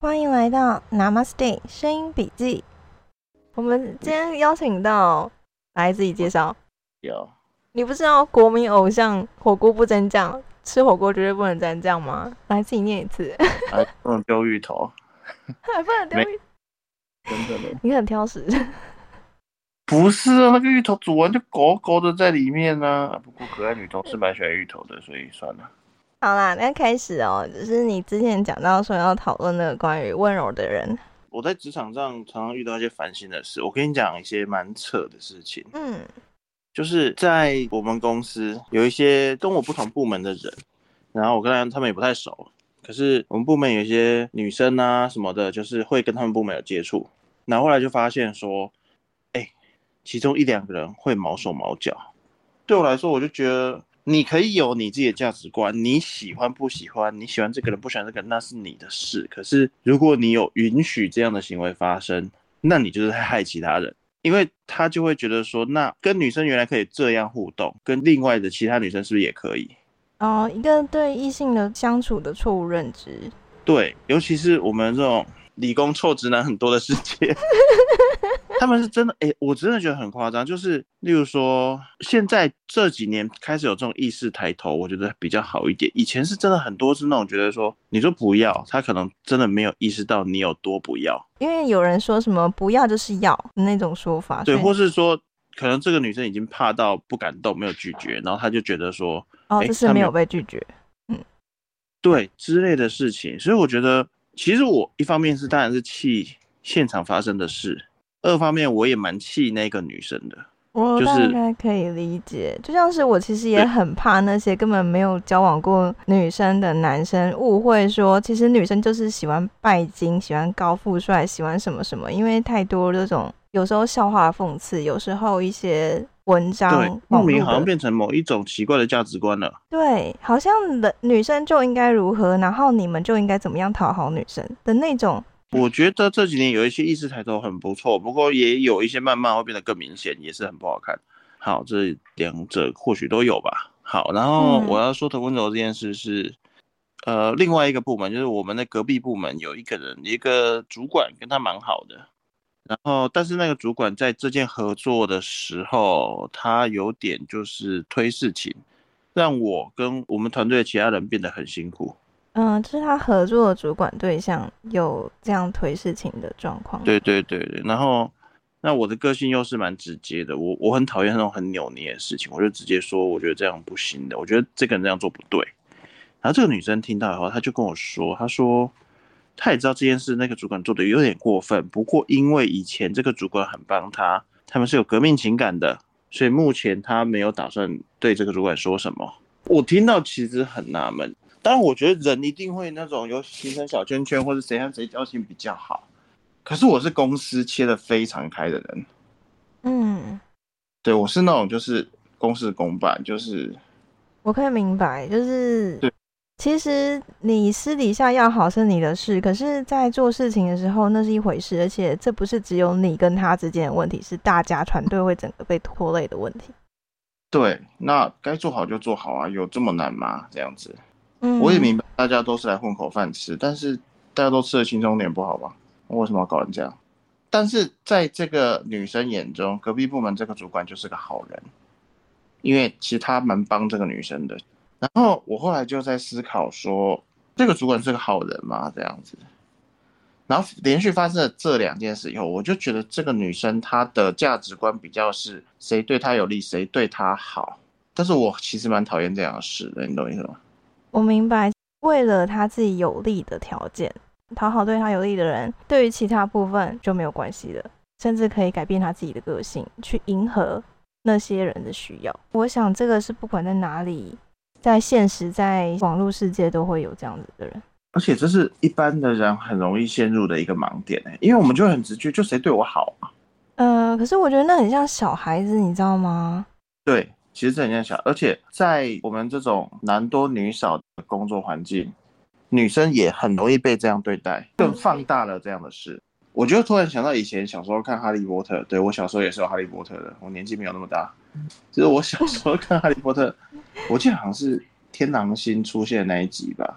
欢迎来到 Namaste 声音笔记。我们今天邀请到，来自己介绍。 有， 你不知道国民偶像火锅不沾酱，吃火锅绝对不能沾酱吗？来自己念一次。 还不能丢芋头， 还不能丢芋， 真的你很挑食。 不是啊，那个芋头煮完就勾勾的在里面呢、不过可爱女同事蛮喜欢芋头的，所以算了。 好啦，那开始哦。就是你之前讲到说要讨论那个关于温柔的人。 我在职场上常常遇到一些烦心的事，我跟你讲一些蛮扯的事情。就是在我们公司有一些跟我不同部门的人，然后我跟他们也不太熟，可是我们部门有一些女生啊什么的，就是会跟他们部门有接触，然后后来就发现说，其中一两个人会毛手毛脚。对我来说，我就觉得你可以有你自己的价值观，你喜欢不喜欢，你喜欢这个人不喜欢这个人，那是你的事。可是如果你有允许这样的行为发生，那你就是在害其他人。因为他就会觉得说，那跟女生原来可以这样互动，跟另外的其他女生是不是也可以？ 哦，一个对异性的相处的错误认知。 对，尤其是我们这种理工臭直男很多的世界，他们是真的，我真的觉得很夸张。就是例如说，现在这几年开始有这种意识抬头，我觉得比较好一点。以前是真的很多是那种觉得说，你说不要，他可能真的没有意识到你有多不要。 因为有人说什么不要就是要那种说法， 对，或是说可能这个女生已经怕到不敢动，没有拒绝，然后他就觉得说， 这是没有被拒绝， 对之类的事情。所以我觉得，其实我一方面是当然是气现场发生的事，二方面我也蛮气那个女生的。 我大概可以理解，就像是我其实也很怕那些根本没有交往过女生的男生误会说，其实女生就是喜欢拜金，喜欢高富帅，喜欢什么什么，因为太多这种有时候笑话讽刺，有时候一些文章， 对，莫名好像变成某一种奇怪的价值观了。 对，好像女生就应该如何，然后你们就应该怎么样讨好女生的那种。 我觉得这几年有一些意识抬头很不错，不过也有一些慢慢会变得更明显，也是很不好看。好，这两者或许都有吧。好，然后我要说的温柔这件事是，另外一个部门就是我们的隔壁部门有一个人，一个主管跟他蛮好的，然后但是那个主管在这件合作的时候，他有点就是推事情，让我跟我们团队的其他人变得很辛苦。 就是他合作的主管对象有这样推事情的状况。 对，然后那我的个性又是蛮直接的，我很讨厌那种很扭捏的事情，我就直接说我觉得这样不行的，我觉得这个人这样做不对。然后这个女生听到以后，她就跟我说，她说她也知道这件事那个主管做的有点过分，不过因为以前这个主管很帮她，他们是有革命情感的，所以目前她没有打算对这个主管说什么。我听到其实很纳闷。当然，我觉得人一定会那种有形成小圈圈，或者谁和谁交情比较好。可是我是公司切得非常开的人，对，我是那种就是公事公办，就是我可以明白，就是其实你私底下要好是你的事，可是在做事情的时候那是一回事，而且这不是只有你跟他之间的问题，是大家团队会整个被拖累的问题。 对，那该做好就做好啊，有这么难吗？这样子。我也明白大家都是来混口饭吃，但是大家都吃得轻松点不好吧？为什么要搞成这样？但是在这个女生眼中，隔壁部门这个主管就是个好人，因为其实他蛮帮这个女生的。然后我后来就在思考说，这个主管是个好人吗？这样子。然后连续发生了这两件事以后，我就觉得这个女生她的价值观比较是谁对她有利，谁对她好。但是我其实蛮讨厌这样的事的，你懂意思吗？ 我明白，为了他自己有利的条件，讨好对他有利的人，对于其他部分就没有关系了，甚至可以改变他自己的个性，去迎合那些人的需要。我想这个是不管在哪里，在现实在网络世界都会有这样子的人， 而且这是一般的人很容易陷入的一个盲点，因为我们就很直觉，就谁对我好啊。 可是我觉得那很像小孩子，你知道吗？ 对，其实这很像小，而且在我们这种男多女少的工作环境，女生也很容易被这样对待，更放大了这样的事。我就突然想到以前小时候看《哈利波特》，对，我小时候也是有《哈利波特》的，我年纪没有那么大，就是我小时候看《哈利波特》，我记得好像是天狼星出现的那一集吧。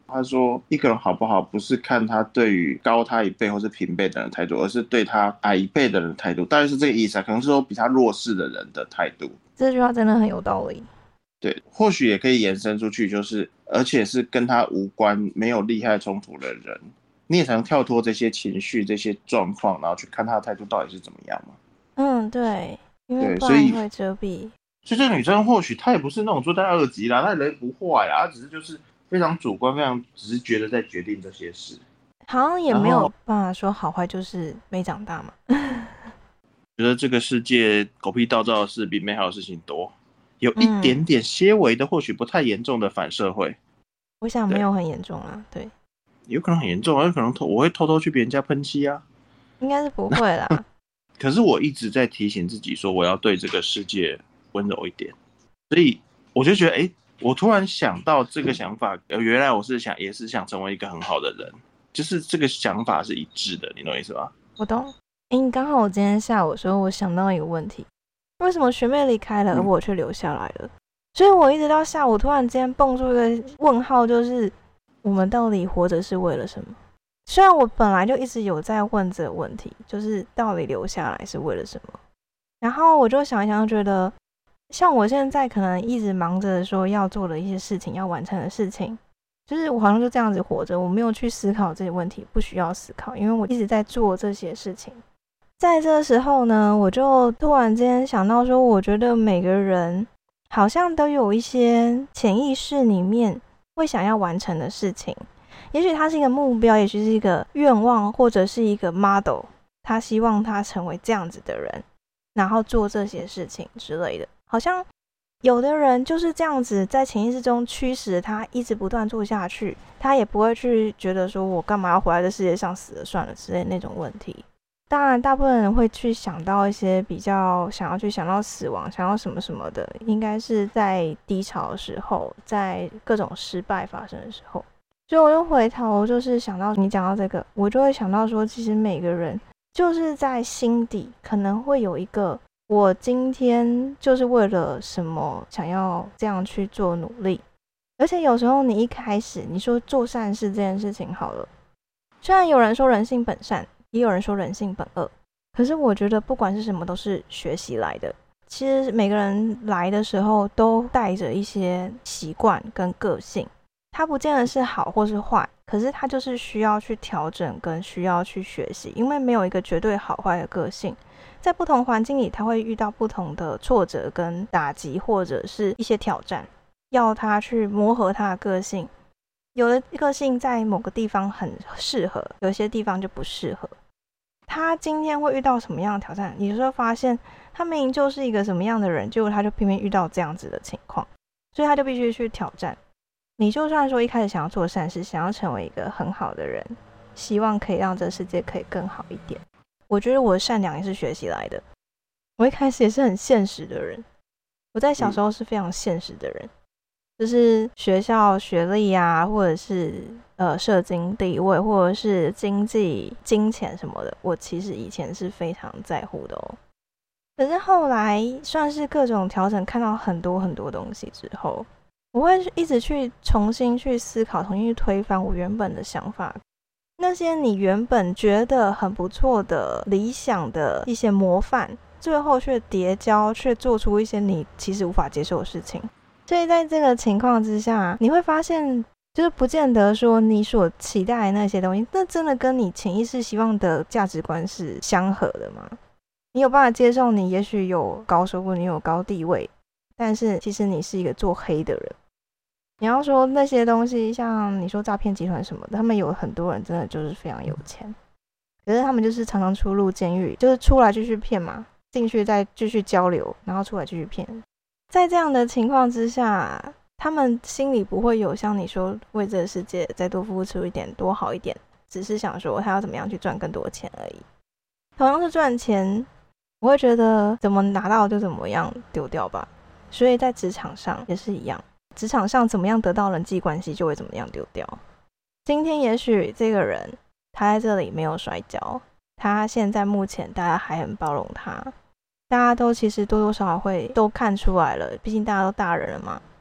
他说一个人好不好不是看他对于高他一辈或是平辈的人的态度，而是对他矮一辈的人的态度，大概是这个意思啊，可能是说比他弱势的人的态度。 这句话真的很有道理。 对，或许也可以延伸出去，就是而且是跟他无关没有利害冲突的人，你也才能跳脱这些情绪这些状况，然后去看他的态度到底是怎么样嘛。 对，因为不然会遮蔽。 所以这个女生或许她也不是那种罪大恶极啦，她人不坏啦，她只是就是非常主观非常直觉的在决定这些事， 好像也没有办法说好坏，就是没长大嘛。 觉得这个世界狗屁倒灶的事比美好的事情多，有一点点些微的或许不太严重的反社会， 我想没有很严重啦。对， 有可能很严重啊，有可能我会偷偷去别人家喷漆啊， 应该是不会啦。 可是我一直在提醒自己说我要对这个世界温柔一点，所以我就觉得我突然想到这个想法，原来我是也是想成为一个很好的人，就是这个想法是一致的，你懂我意思吗？ 我懂。你刚好我今天下午的时候我想到一个问题，为什么学妹离开了而我却留下来了？所以我一直到下午突然间蹦出一个问号，就是我们到底活着是为了什么？虽然我本来就一直有在问这个问题，就是到底留下来是为了什么，然后我就想一想，觉得像我现在可能一直忙着说要做的一些事情，要完成的事情，就是我好像就这样子活着，我没有去思考这些问题，不需要思考，因为我一直在做这些事情。在这时候呢，我就突然间想到说，我觉得每个人好像都有一些潜意识里面会想要完成的事情，也许它是一个目标，也许是一个愿望，或者是一个 model， 他希望他成为这样子的人，然后做这些事情之类的。好像有的人就是这样子在潜意识中驱使他一直不断做下去，他也不会去觉得说我干嘛要活在这世界上，死了算了之类的那种问题。当然大部分人会去想到一些比较想要去想到死亡，想要什么什么的，应该是在低潮的时候，在各种失败发生的时候。所以我就回头就是想到你讲到这个，我就会想到说，其实每个人就是在心底可能会有一个我今天就是为了什么想要这样去做努力。而且有时候你一开始你说做善事这件事情好了，虽然有人说人性本善，也有人说人性本恶，可是我觉得不管是什么都是学习来的。其实每个人来的时候都带着一些习惯跟个性，它不见得是好或是坏，可是它就是需要去调整跟需要去学习，因为没有一个绝对好坏的个性，在不同环境里他会遇到不同的挫折跟打击，或者是一些挑战，要他去磨合他的个性。有的个性在某个地方很适合，有些地方就不适合。他今天会遇到什么样的挑战，你就会发现他明明就是一个什么样的人，结果他就偏偏遇到这样子的情况，所以他就必须去挑战。你就算说一开始想要做善事，想要成为一个很好的人，希望可以让这个世界可以更好一点，我觉得我的善良也是学习来的。我一开始也是很现实的人，我在小时候是非常现实的人，就是学校学历啊，或者是社经地位，或者是经济金钱什么的，我其实以前是非常在乎的哦。可是后来算是各种调整，看到很多很多东西之后，我会一直去重新去思考，重新去推翻我原本的想法。那些你原本觉得很不错的理想的一些模范，最后却叠交，却做出一些你其实无法接受的事情。所以在这个情况之下，你会发现就是不见得说你所期待的那些东西，那真的跟你潜意识希望的价值观是相合的吗？你有办法接受你也许有高收入，你有高地位，但是其实你是一个做黑的人。你要说那些东西，像你说诈骗集团什么的，他们有很多人真的就是非常有钱，可是他们就是常常出入监狱，就是出来继续骗嘛，进去再继续交流，然后出来继续骗。在这样的情况之下，他们心里不会有像你说为这个世界再多付出一点，多好一点，只是想说他要怎么样去赚更多的钱而已。同样是赚钱，我会觉得怎么拿到就怎么样丢掉吧。所以在职场上也是一样，职场上怎么样得到人际关系，就会怎么样丢掉。今天也许这个人他在这里没有摔跤，他现在目前大家还很包容他，大家都其实多多少少会都看出来了，毕竟大家都大人了嘛。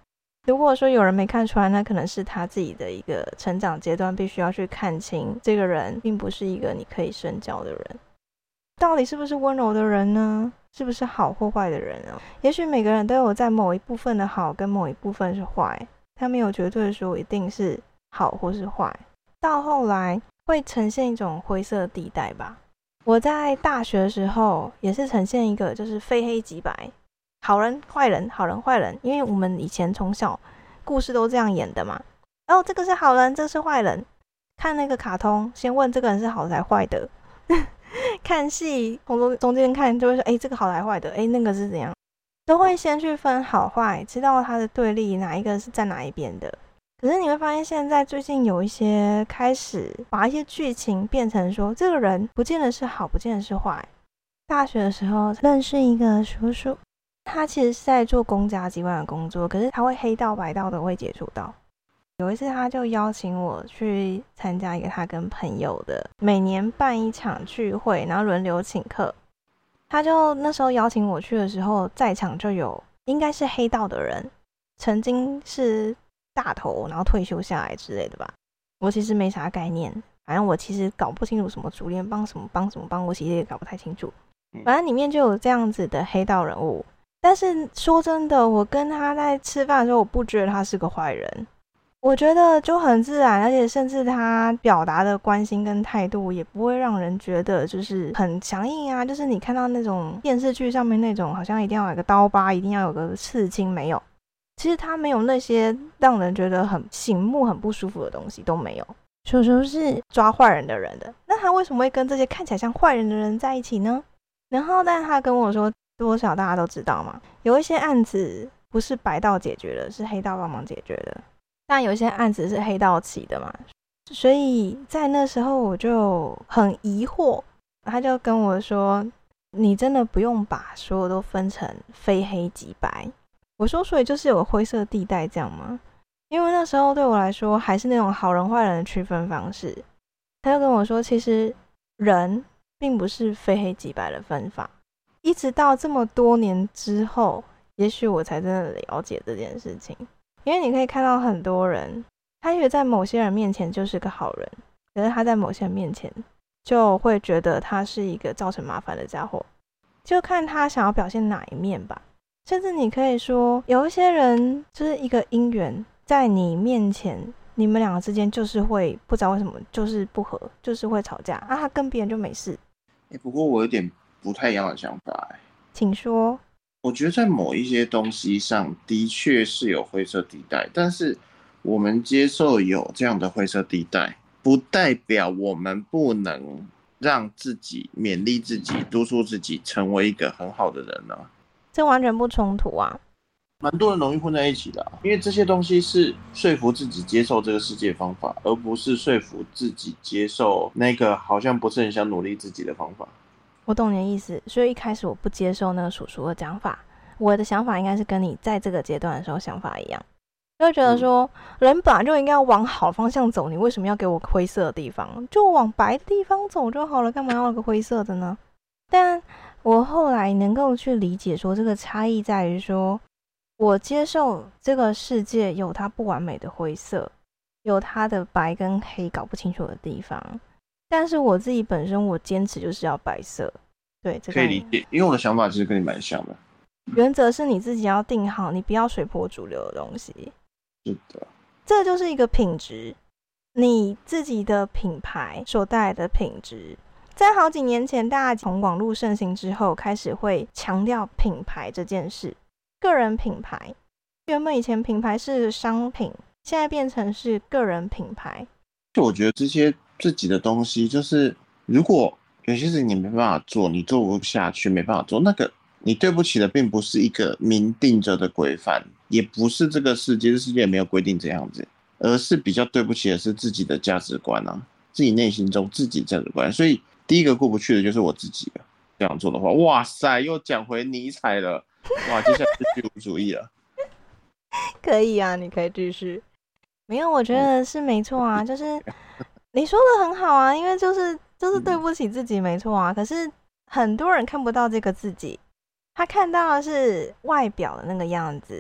如果说有人没看出来，那可能是他自己的一个成长阶段，必须要去看清这个人并不是一个你可以深交的人。到底是不是温柔的人呢？是不是好或坏的人呢？也许每个人都有在某一部分的好跟某一部分是坏，他没有绝对说一定是好或是坏，到后来会呈现一种灰色地带吧。我在大学的时候也是呈现一个就是非黑即白，好人坏人好人坏人，因为我们以前从小故事都这样演的嘛。哦，这个是好人，这个是坏人。看那个卡通，先问这个人是好还是坏的。看戏从中间看就会说，这个好还坏的，那个是怎样，都会先去分好坏，知道他的对立哪一个是在哪一边的。可是你会发现现在最近有一些开始把一些剧情变成说这个人不见得是好不见得是坏。大学的时候认识一个叔叔，他其实是在做公家机关的工作，可是他会黑道白道的会接触到。有一次他就邀请我去参加一个他跟朋友的每年办一场聚会，然后轮流请客。他就那时候邀请我去的时候，在场就有应该是黑道的人，曾经是大头然后退休下来之类的吧，我其实没啥概念，反正我其实搞不清楚什么主联帮什么帮什么帮，我其实也搞不太清楚。反正里面就有这样子的黑道人物，但是说真的，我跟他在吃饭的时候，我不觉得他是个坏人，我觉得就很自然，而且甚至他表达的关心跟态度也不会让人觉得就是很强硬啊，就是你看到那种电视剧上面那种好像一定要有个刀疤，一定要有个刺青，没有，其实他没有那些让人觉得很醒目很不舒服的东西都没有。叔叔是抓坏人的人的，那他为什么会跟这些看起来像坏人的人在一起呢？然后但他跟我说，多少大家都知道嘛，有一些案子不是白道解决的，是黑道帮忙解决的，但有一些案子是黑道起的嘛，所以在那时候我就很疑惑。他就跟我说，你真的不用把所有都分成非黑即白。我说所以就是有灰色地带这样吗？因为那时候对我来说还是那种好人坏人的区分方式。他就跟我说，其实人并不是非黑即白的分法，一直到这么多年之后，也许我才真的了解这件事情。因为你可以看到很多人，他以为在某些人面前就是个好人，可是他在某些人面前就会觉得他是一个造成麻烦的家伙，就看他想要表现哪一面吧。甚至你可以说，有一些人就是一个因缘，在你面前，你们两个之间就是会不知道为什么就是不合，就是会吵架啊，他跟别人就没事。 不过我有点不太一样的想法。 请说。 我觉得在某一些东西上的确是有灰色地带，但是我们接受有这样的灰色地带，不代表我们不能让自己勉励自己，督促自己成为一个很好的人啊。 这完全不冲突啊。 蛮多人容易混在一起的因为这些东西是说服自己接受这个世界方法，而不是说服自己接受那个好像不是很想努力自己的方法。 我懂你的意思，所以一开始我不接受那个叔叔的讲法，我的想法应该是跟你在这个阶段的时候想法一样，就觉得说人本来就应该要往好方向走，你为什么要给我灰色的地方？就往白的地方走就好了，干嘛要有个灰色的呢？但我后来能够去理解说，这个差异在于说，我接受这个世界有它不完美的灰色，有它的白跟黑搞不清楚的地方，但是我自己本身我坚持就是要白色。对，这个可以理解，因为我的想法其实跟你蛮像的。 原则是你自己要定好，你不要随波逐流的东西。 是的， 这就是一个品质，你自己的品牌所带来的品质。在好几年前，大家从网络盛行之后，开始会强调品牌这件事。个人品牌，原本以前品牌是商品，现在变成是个人品牌。 就我觉得这些自己的东西，就是如果有些事情你没办法做，你做不下去，没办法做，那个你对不起的并不是一个明定着的规范，也不是这个世界，这世界也没有规定这样子，而是比较对不起的是自己的价值观啊，自己内心中自己价值观。所以第一个过不去的就是我自己了。这样做的话，哇塞，又讲回尼采了，哇，接下来是虚无主义了。 可以啊，你可以继续。没有，我觉得是没错啊，就是你说的很好啊，因为就是对不起自己，没错啊。可是很多人看不到这个自己，他看到的是外表的那个样子，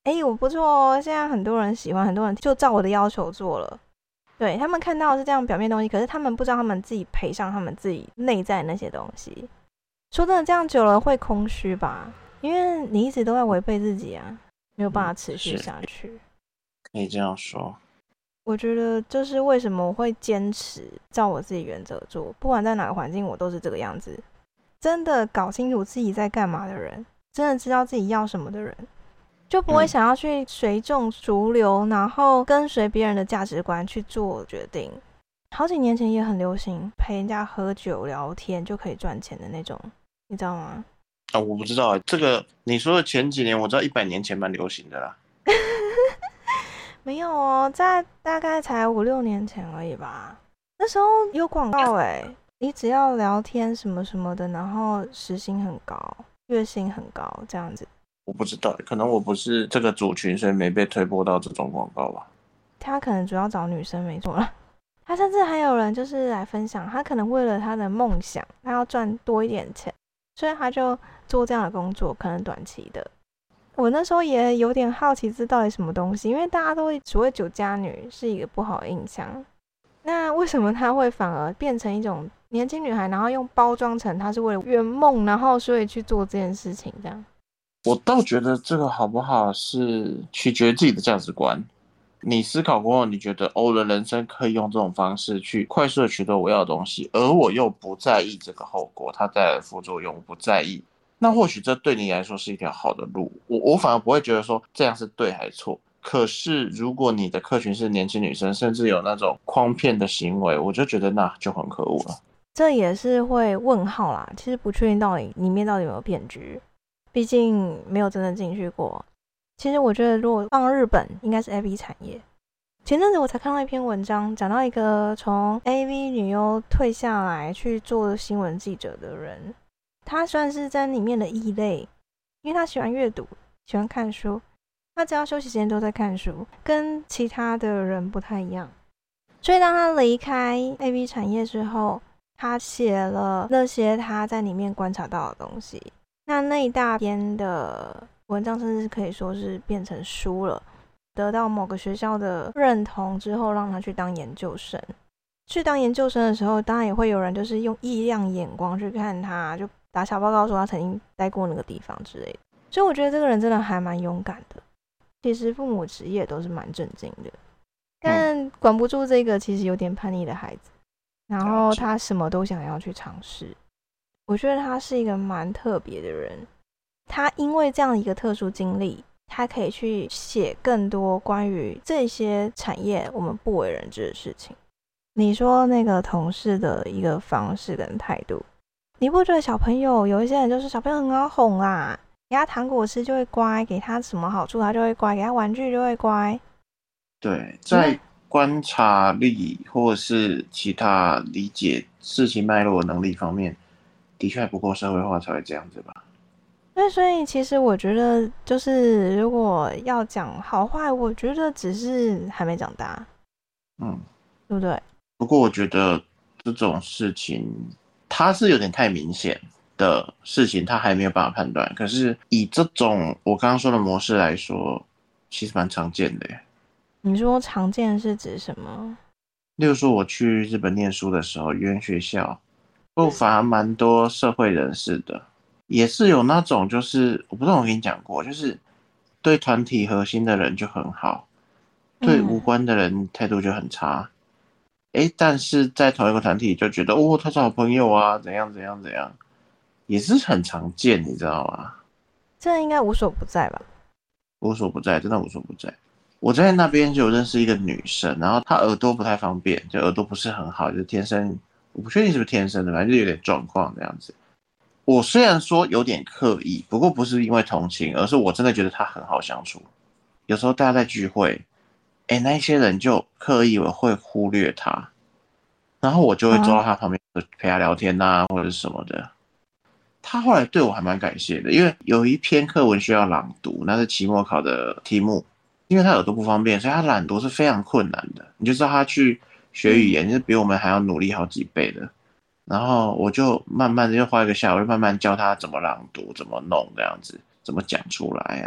我不错哦，现在很多人喜欢，很多人就照我的要求做了。对，他们看到的是这样表面东西，可是他们不知道他们自己赔上他们自己内在那些东西。说真的，这样久了会空虚吧？因为你一直都在违背自己啊，没有办法持续下去。 可以这样说。 我觉得就是为什么我会坚持照我自己原则做，不管在哪个环境我都是这个样子。真的搞清楚自己在干嘛的人，真的知道自己要什么的人，就不会想要去随众逐流，然后跟随别人的价值观去做决定。好几年前也很流行陪人家喝酒聊天就可以赚钱的那种，你知道吗？ 我不知道这个你说的前几年，我知道100年前蛮流行的啦。 没有哦，在大概才5-6年前而已吧。那时候有广告你只要聊天什么什么的，然后时薪很高，月薪很高这样子。 我不知道，可能我不是这个族群，所以没被推播到这种广告吧。 他可能主要找女生没错啦。他甚至还有人就是来分享，他可能为了他的梦想，他要赚多一点钱，所以他就做这样的工作，可能短期的。我那时候也有点好奇这到底什么东西，因为大家都会所谓酒家女是一个不好的印象，那为什么他会反而变成一种年轻女孩，然后用包装成她是为了圆梦，然后所以去做这件事情这样？ 我倒觉得这个好不好是取决于自己的价值观。你思考过后，你觉得我的人生可以用这种方式去快速的取得我要的东西，而我又不在意这个后果，它带来的副作用，我不在意，那或许这对你来说是一条好的路。我反而不会觉得说这样是对还是错。可是如果你的客群是年轻女生，甚至有那种诓骗的行为，我就觉得那就很可恶了。 这也是会问号啦，其实不确定到底里面到底有没有骗局，毕竟没有真的进去过。其实我觉得如果放日本应该是 AV 产业。前阵子我才看到一篇文章，讲到一个从 AV 女优退下来去做新闻记者的人，他算是在里面的异类，因为他喜欢阅读，喜欢看书，他只要休息时间都在看书，跟其他的人不太一样。所以当他离开 AV 产业之后，他写了那些他在里面观察到的东西，那一大篇的文章甚至可以说是变成书了，得到某个学校的认同之后，让他去当研究生。去当研究生的时候，当然也会有人就是用异样眼光去看他，就打小报告说他曾经待过那个地方之类的。所以我觉得这个人真的还蛮勇敢的。其实父母职业都是蛮震惊的，但管不住这个其实有点叛逆的孩子，然后他什么都想要去尝试。我觉得他是一个蛮特别的人，他因为这样一个特殊经历，他可以去写更多关于这些产业我们不为人知的事情。你说那个同事的一个方式跟态度，你不觉得小朋友有一些人就是小朋友很好哄啊，给他糖果吃就会乖，给他什么好处他就会乖，给他玩具就会乖。 对，在观察力或者是其他理解事情脉络的能力方面，的确还不够社会化才会这样子吧。 所以其实我觉得就是如果要讲好坏，我觉得只是还没长大，对不对？ 不过我觉得这种事情它是有点太明显的事情，他还没有办法判断。可是以这种我刚刚说的模式来说，其实蛮常见的耶。 你说常见是指什么？ 例如说我去日本念书的时候，语言学校反而蛮多社会人士的，也是有那种就是我不知道我跟你讲过，就是对团体核心的人就很好，对无关的人态度就很差。但是在同一个团体就觉得他是好朋友啊，怎样怎样怎样，也是很常见，你知道吗？ 这应该无所不在吧？ 无所不在，真的无所不在。我在那边就有认识一个女生，然后她耳朵不太方便，就耳朵不是很好，就是天生，我不确定是不是天生的，反正就有点状况这样子。我虽然说有点刻意，不过不是因为同情，而是我真的觉得她很好相处。有时候大家在聚会，那些人就刻意会忽略她，然后我就会走到她旁边陪她聊天啊，或者是什么的。她后来对我还蛮感谢的，因为有一篇课文需要朗读，那是期末考的题目。因为他耳朵不方便，所以他朗读是非常困难的。你就知道他去学语言是比我们还要努力好几倍的。然后我就慢慢的就花1个下午，就慢慢教他怎么朗读，怎么弄这样子，怎么讲出来啊。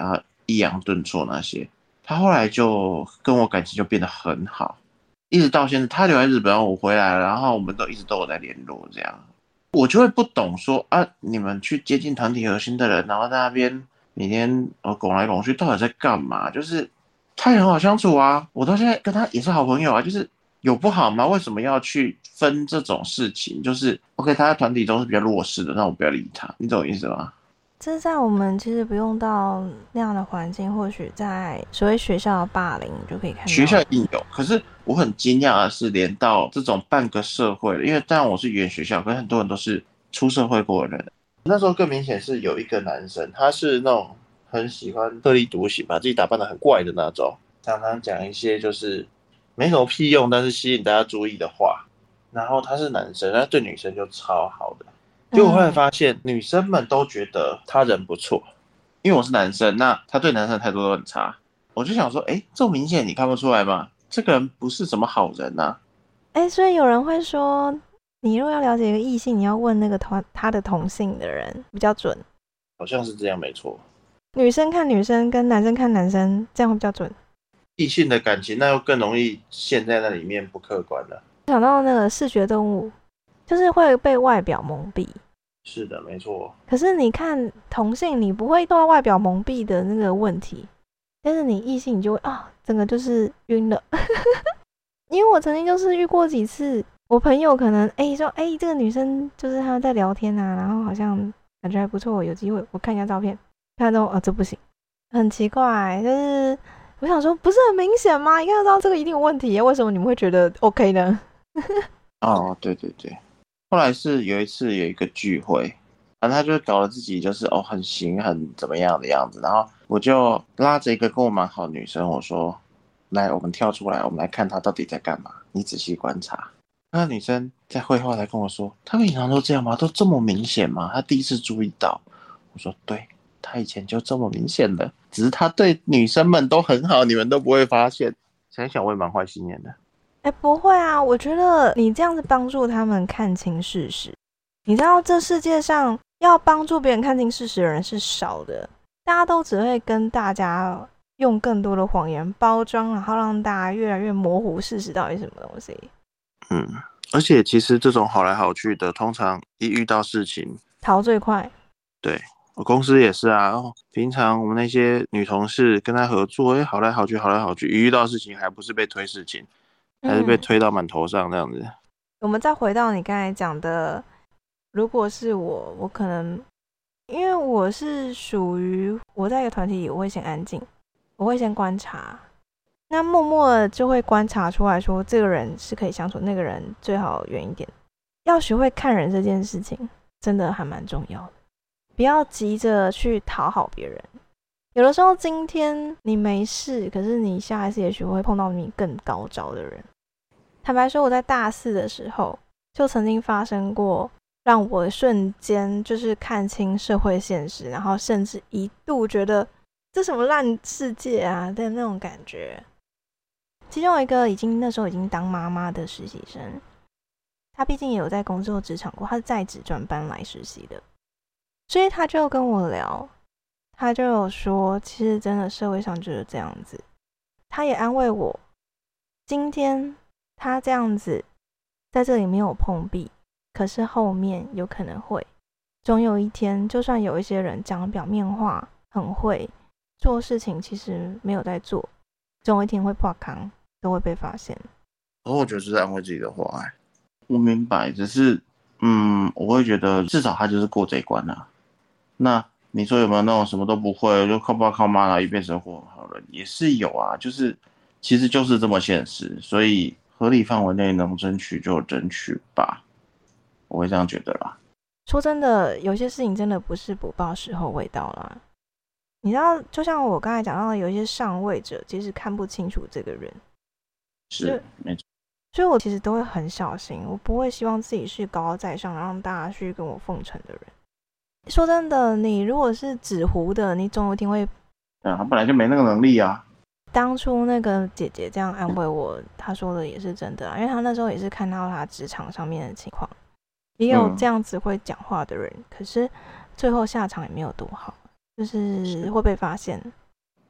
抑扬顿挫那些。他后来就跟我感情就变得很好，一直到现在，他留在日本，我回来了，然后我们一直都有在联络，这样我就会不懂说啊，你们去接近团体核心的人，然后在那边每天拱来拱去，到底在干嘛？就是他也很好相处啊，我到现在跟他也是好朋友啊，就是有不好吗？为什么要去分这种事情？就是 OK， 他在团体中是比较弱势的，那我不要理他，你懂我意思吗？ 这在我们其实不用到那样的环境，或许在所谓学校的霸凌就可以看到。 学校一定有，可是我很惊讶的是，连到这种半个社会，因为当然我是语言学校，可是很多人都是出社会过的人。那时候更明显是有一个男生，他是那种很喜欢特立独行，把自己打扮得很怪的那种，常常讲一些就是没什么屁用，但是吸引大家注意的话。然后他是男生，他对女生就超好的。结果我后来发现，女生们都觉得他人不错，因为我是男生，那他对男生的态度都很差。我就想说，这么明显你看不出来吗？这个人不是什么好人啊。 所以有人会说，你如果要了解一个异性，你要问那个他的同性的人比较准。 好像是这样，没错。 女生看女生跟男生看男生，这样会比较准。 异性的感情那又更容易陷在那里面，不客观了。 想到那个视觉动物，就是会被外表蒙蔽。 是的，没错。 可是你看同性，你不会受到外表蒙蔽的那个问题，但是你异性你就会整个就是晕了。因为我曾经就是遇过几次，我朋友可能说这个女生就是她在聊天啊，然后好像感觉还不错，有机会我看一下照片，看到这不行，很奇怪，就是我想说不是很明显吗？一看就知道这个一定有问题，为什么你们会觉得 OK 呢？ 对对对。后来是有一次有一个聚会，然后他就搞了自己就是很行很怎么样的样子，然后我就拉着一个跟我蛮好的女生，我说来我们跳出来，我们来看他到底在干嘛，你仔细观察。那女生在会后来跟我说，他平常都这样吗？都这么明显吗？他第一次注意到。我说对，他以前就这么明显的，只是他对女生们都很好，你们都不会发现。想想我也蛮坏心眼的。 不会啊，我觉得你这样子帮助他们看清事实。你知道这世界上要帮助别人看清事实的人是少的，大家都只会跟大家用更多的谎言包装，然后让大家越来越模糊事实到底是什么东西。 而且其实这种好来好去的，通常一遇到事情逃最快。 对，我公司也是啊，平常我们那些女同事跟他合作，好来好去好来好去，一遇到事情还不是被推事情，还是被推到满头上这样子。 我们再回到你刚才讲的，如果是我可能因为我是属于我在一个团体里，我会先安静，我会先观察，那默默的就会观察出来说这个人是可以相处，那个人最好远一点。要学会看人这件事情真的还蛮重要的，不要急着去讨好别人。有的时候今天你没事，可是你下一次也许会碰到你更高招的人。坦白说，我在大四的时候就曾经发生过让我瞬间就是看清社会现实，然后甚至一度觉得这什么烂世界啊的那种感觉。其中有一个那时候已经当妈妈的实习生，他毕竟也有在工作职场过，他是在职专班来实习的，所以他就跟我聊，他就有说其实真的社会上就是这样子。他也安慰我，今天他这样子在这里没有碰壁，可是后面有可能会，总有一天就算有一些人讲表面话很会做事情，其实没有在做，总有一天会破康，都会被发现。 我觉得是安慰自己的话。我明白，只是我会觉得至少他就是过这一关啊。那你说有没有那种什么都不会就靠爸靠妈啦一辈子活好了，也是有啊，就是其实就是这么现实，所以合理范围内能争取就争取吧，我会这样觉得啦。 说真的，有些事情真的不是不报时候未到啦。你知道，就像我刚才讲到的，有一些上位者其实看不清楚这个人， 是没错。 所以我其实都会很小心，我不会希望自己是高高在上，让大家去跟我奉承的人。说真的，你如果是纸糊的，你总有一天会。 他本来就没那个能力啊。 当初那个姐姐这样安慰我，她说的也是真的啊，因为她那时候也是看到她职场上面的情况，也有这样子会讲话的人，可是最后下场也没有多好，就是会被发现。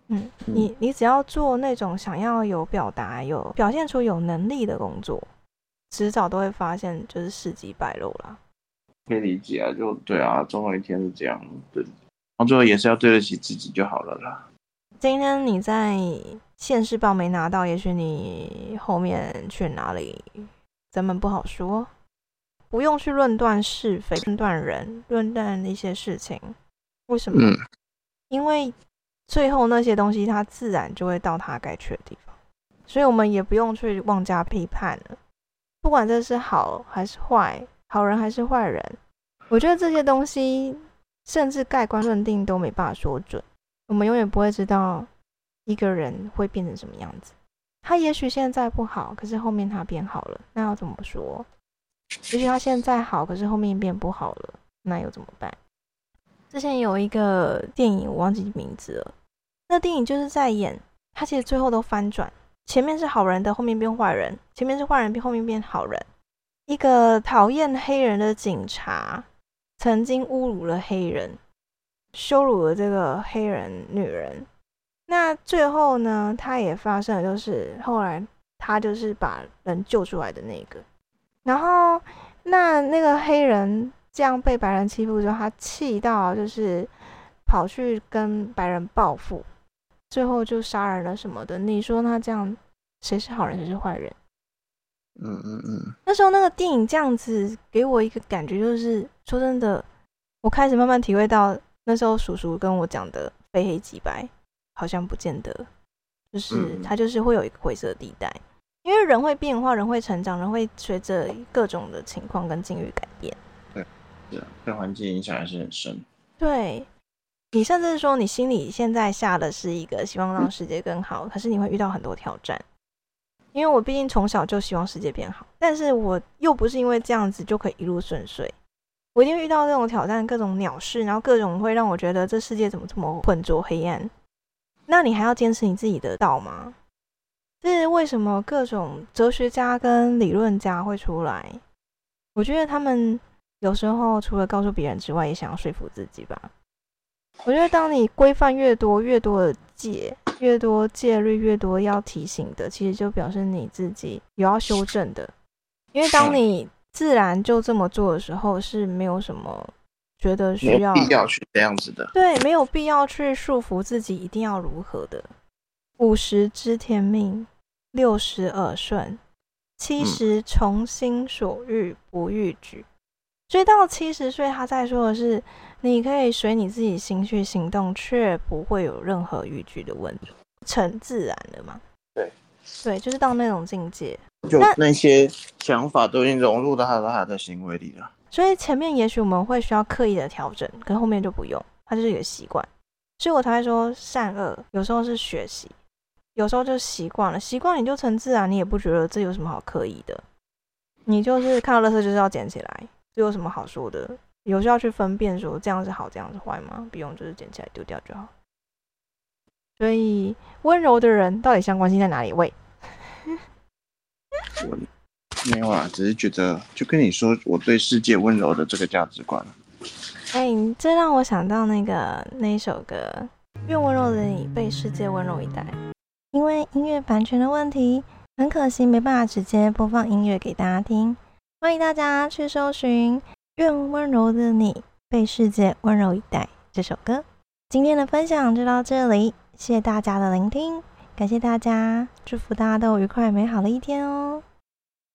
你只要做那种想要有表达、有表现出有能力的工作，迟早都会发现就是事迹败露啦。 可以理解啊，就对啊，总有一天是这样，对，然后最后也是要对得起自己就好了啦。 今天你在县市报没拿到，也许你后面去哪里，咱们不好说。不用去论断是非、论断人、论断一些事情。为什么？因为最后那些东西它自然就会到它该去的地方，所以我们也不用去妄加批判了。不管这是好还是坏，好人还是坏人，我觉得这些东西甚至盖棺论定都没办法说准。我们永远不会知道一个人会变成什么样子。他也许现在不好，可是后面他变好了，那要怎么说？也许他现在好，可是后面变不好了，那又怎么办？之前有一个电影，我忘记名字了。那电影就是在演，他其实最后都翻转，前面是好人的，后面变坏人；前面是坏人，后面变好人。一个讨厌黑人的警察，曾经侮辱了黑人，羞辱了这个黑人女人。那最后呢，他也发生了，就是后来他就是把人救出来的那个。然后那个黑人这样被白人欺负之后，他气到就是跑去跟白人报复，最后就杀人了什么的。你说他这样，谁是好人，谁是坏人？那时候那个电影这样子给我一个感觉，就是说真的，我开始慢慢体会到那时候叔叔跟我讲的非黑即白，好像不见得，就是他就是会有一个灰色地带。因为人会变化，人会成长，人会随着各种的情况跟境遇改变。 对环境影响还是很深。 对，你甚至说你心里现在下的是一个希望让世界更好，可是你会遇到很多挑战。因为我毕竟从小就希望世界变好，但是我又不是因为这样子就可以一路顺遂，我一定会遇到这种挑战，各种鸟事，然后各种会让我觉得这世界怎么这么浑浊黑暗。那你还要坚持你自己的道吗？这是为什么各种哲学家跟理论家会出来？我觉得他们有时候除了告诉别人之外，也想要说服自己吧。我觉得当你规范越多的戒，越多戒律，越多要提醒的，其实就表示你自己有要修正的。因为当你自然就这么做的时候，是没有什么觉得需要， 没必要去这样子的。 对，没有必要去束缚自己一定要如何的。50知天命，60耳顺，70从心所欲不逾矩。所以到70岁，他在说的是，你可以随你自己心去行动，却不会有任何逾矩的问题，成自然了嘛？对，就是到那种境界， 就那些想法都已经融入到他的行为里了。 所以前面也许我们会需要刻意的调整，可是后面就不用，它就是一个习惯。所以我才会说，善恶有时候是学习，有时候就习惯了，习惯你就成自然，你也不觉得这有什么好刻意的。你就是看到垃圾就是要捡起来，这有什么好说的？有需要去分辨说这样是好，这样是坏吗？不用，就是捡起来丢掉就好。所以温柔的人到底相关性在哪里？喂， 没有啊，只是觉得就跟你说我对世界温柔的这个价值观。 你这让我想到那一首歌《愿温柔的你被世界温柔以待》。因为音乐版权的问题，很可惜没办法直接播放音乐给大家听。欢迎大家去搜寻《愿温柔的你被世界温柔以待》这首歌。今天的分享就到这里，谢谢大家的聆听，感谢大家，祝福大家都有愉快美好的一天哦。